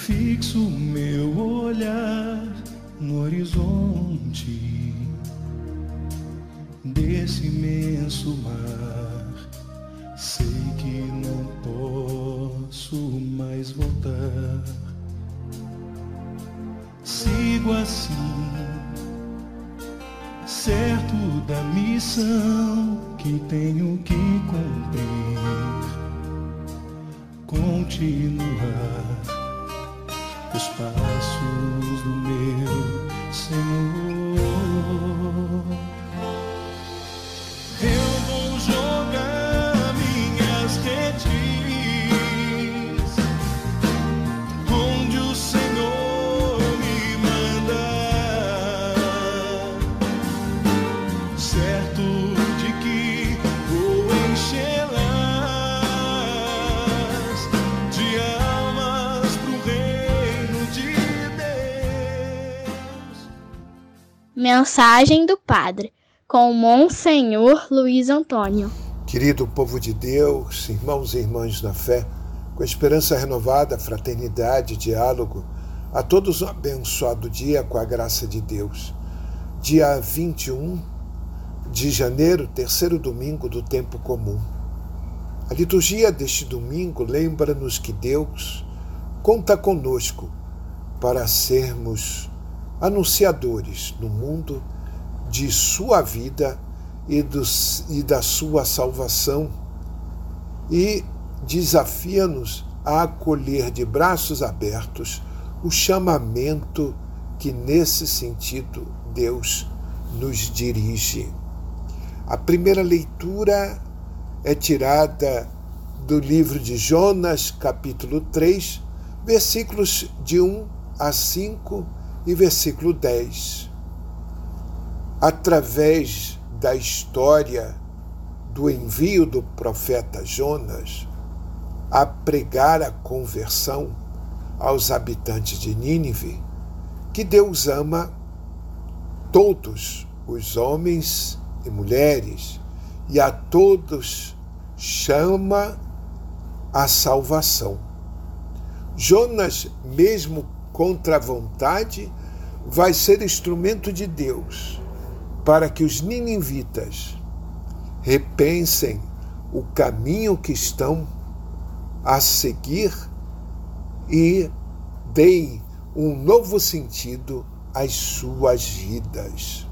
fixo meu olhar no horizonte desse imenso mar. Sei que não posso mais voltar. Sigo assim, certo da missão que tenho que cumprir. Continuar os passos do meu Senhor. Eu vou jogar minhas redes onde o Senhor me mandar, certo de que vou enchê-las de almas pro reino de Deus. Mensagem do Padre, com Monsenhor Luiz Antônio. Querido povo de Deus, irmãos e irmãs na fé, com esperança renovada, fraternidade, diálogo, a todos um abençoado dia com a graça de Deus. Dia 21 de janeiro, terceiro domingo do tempo comum. A liturgia deste domingo lembra-nos que Deus conta conosco para sermos anunciadores no mundo de sua vida e da sua salvação, e desafia-nos a acolher de braços abertos o chamamento que nesse sentido Deus nos dirige. A primeira leitura é tirada do livro de Jonas, capítulo 3, versículos de 1 a 5 e versículo 10. Através da história do envio do profeta Jonas a pregar a conversão aos habitantes de Nínive, que Deus ama todos os homens e mulheres e a todos chama à salvação. Jonas, mesmo contra a vontade, vai ser instrumento de Deus para que os ninivitas repensem o caminho que estão a seguir e deem um novo sentido às suas vidas.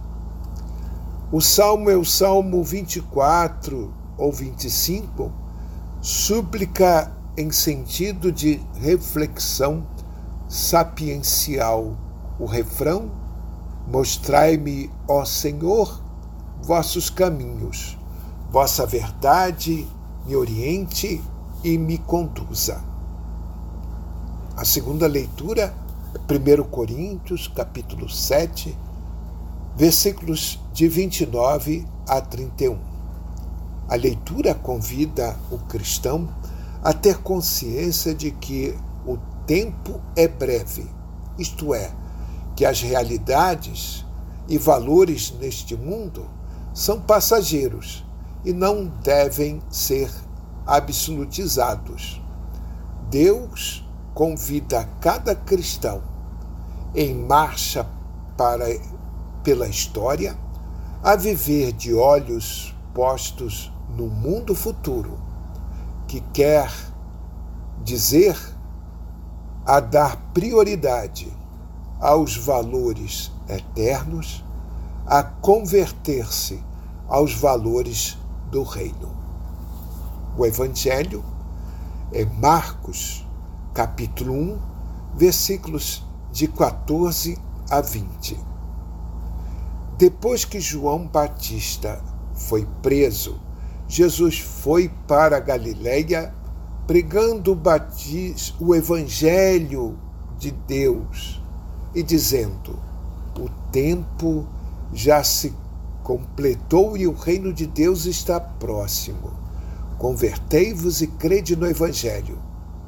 O salmo é o Salmo 24 ou 25, súplica em sentido de reflexão sapiencial. O refrão: mostrai-me, ó Senhor, vossos caminhos, vossa verdade me oriente e me conduza. A segunda leitura é 1 Coríntios, capítulo 7, versículos de 29 a 31. A leitura convida o cristão a ter consciência de que o tempo é breve, isto é, que as realidades e valores neste mundo são passageiros e não devem ser absolutizados. Deus convida cada cristão em marcha pela história a viver de olhos postos no mundo futuro, que quer dizer a dar prioridade aos valores eternos, a converter-se aos valores do reino. O Evangelho é Marcos, capítulo 1, versículos de 14 a 20. Depois que João Batista foi preso, Jesus foi para a Galileia pregando o Evangelho de Deus e dizendo: o tempo já se completou e o reino de Deus está próximo. Convertei-vos e crede no Evangelho.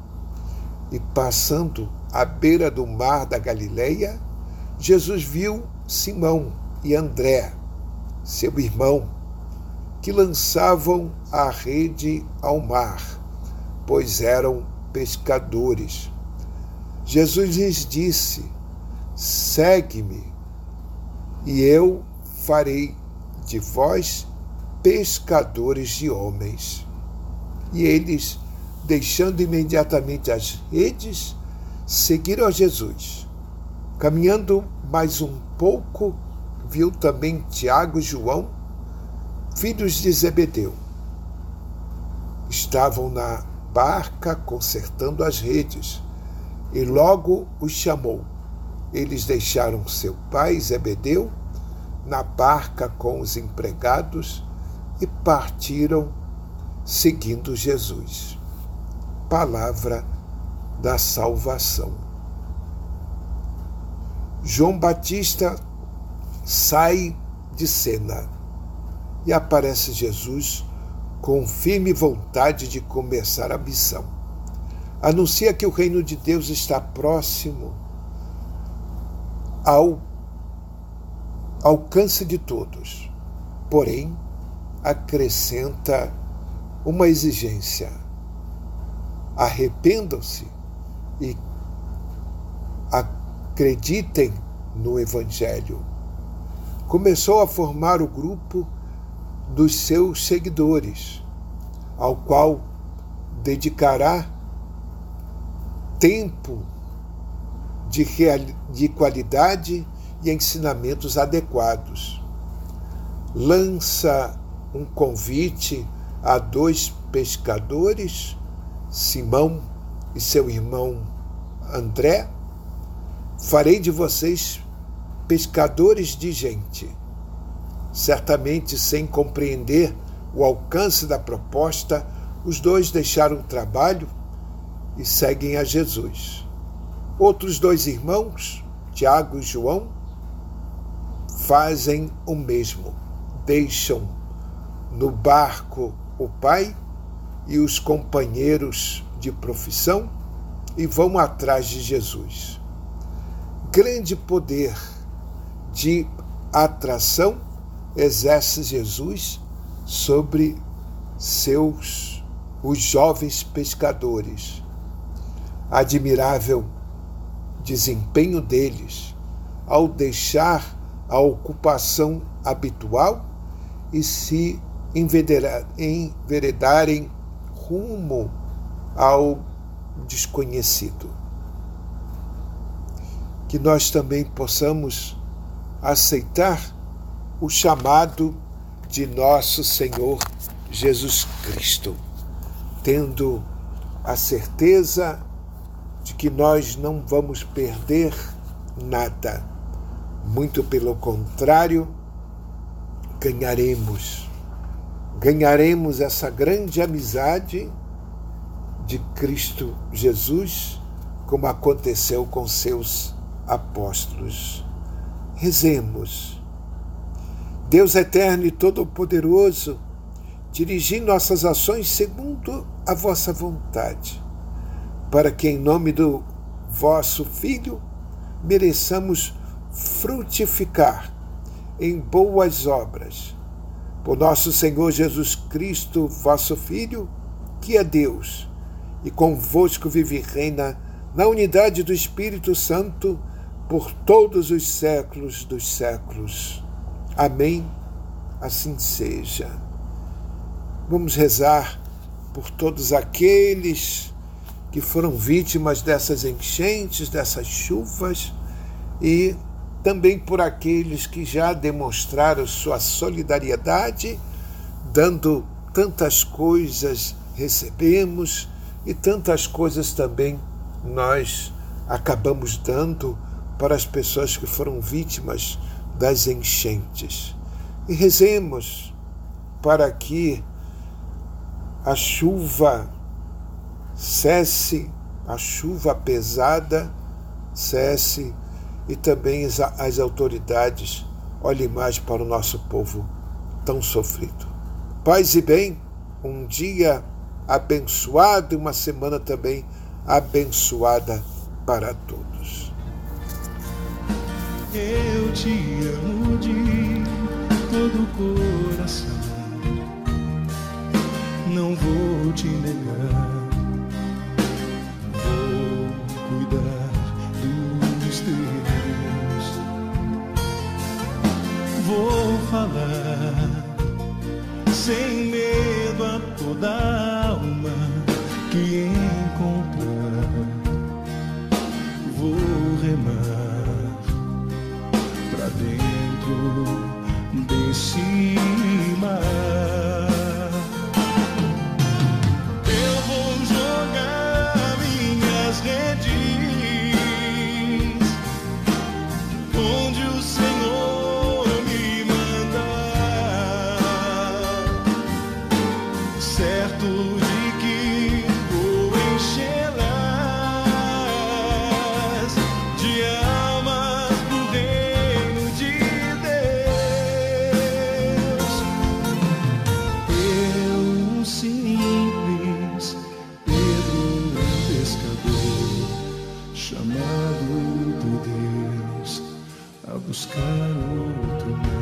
E passando à beira do mar da Galileia, Jesus viu Simão e André, seu irmão, que lançavam a rede ao mar, pois eram pescadores. Jesus lhes disse: segue-me, e eu farei de vós pescadores de homens. E eles, deixando imediatamente as redes, seguiram a Jesus. Caminhando mais um pouco, viu também Tiago e João, filhos de Zebedeu. Estavam na barca consertando as redes, e logo os chamou. Eles deixaram seu pai Zebedeu na barca com os empregados e partiram seguindo Jesus. Palavra da salvação. João Batista sai de cena e aparece Jesus com firme vontade de começar a missão. Anuncia que o reino de Deus está próximo ao alcance de todos, porém acrescenta uma exigência: arrependam-se e acreditem no Evangelho. Começou a formar o grupo dos seus seguidores, ao qual dedicará tempo de qualidade e ensinamentos adequados. Lança um convite a 2 pescadores, Simão e seu irmão André: farei de vocês pescadores de gente. Certamente, sem compreender o alcance da proposta, os 2 deixaram o trabalho e seguem a Jesus. Outros 2 irmãos, Tiago e João, fazem o mesmo. Deixam no barco o pai e os companheiros de profissão e vão atrás de Jesus. Grande poder de atração exerce Jesus sobre os jovens pescadores. Admirável desempenho deles ao deixar a ocupação habitual e se enveredarem rumo ao desconhecido. Que nós também possamos aceitar o chamado de nosso Senhor Jesus Cristo, tendo a certeza de que nós não vamos perder nada. Muito pelo contrário, ganharemos essa grande amizade de Cristo Jesus, como aconteceu com seus apóstolos. Rezemos. Deus eterno e todo-poderoso, dirigi nossas ações segundo a vossa vontade, para que em nome do vosso Filho mereçamos frutificar em boas obras. Por nosso Senhor Jesus Cristo, vosso Filho, que é Deus, e convosco vive e reina na unidade do Espírito Santo, por todos os séculos dos séculos. Amém. Assim seja. Vamos rezar por todos aqueles que foram vítimas dessas enchentes, dessas chuvas, e também por aqueles que já demonstraram sua solidariedade, dando tantas coisas recebemos e tantas coisas também nós acabamos dando para as pessoas que foram vítimas das enchentes. E rezemos para que a chuva cesse, a chuva pesada cesse, e também as autoridades olhem mais para o nosso povo tão sofrido. Paz e bem, um dia abençoado e uma semana também abençoada para todos. Eu te amo de todo o coração, não vou te negar, vou cuidar buscar outro mar.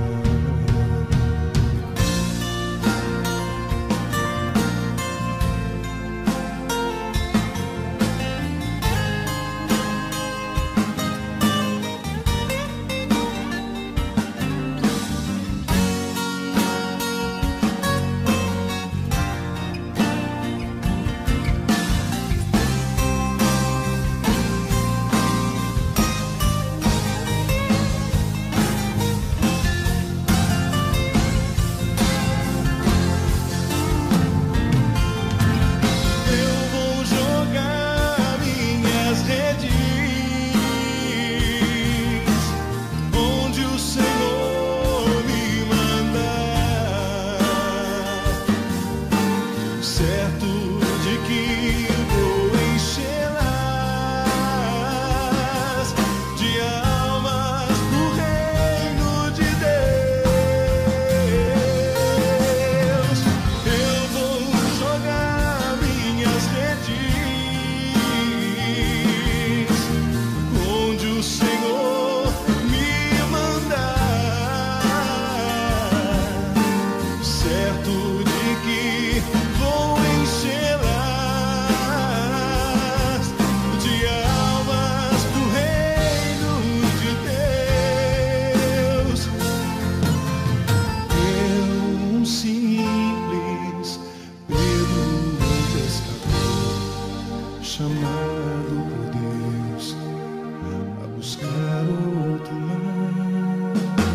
Chamado por Deus a buscar outro mar.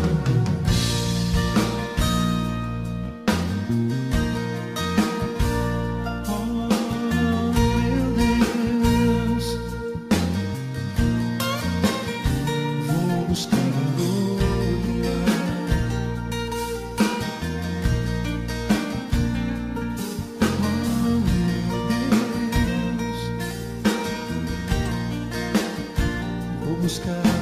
Oh, meu Deus, vou buscar outro mar. Oh, meu Deus, vou buscar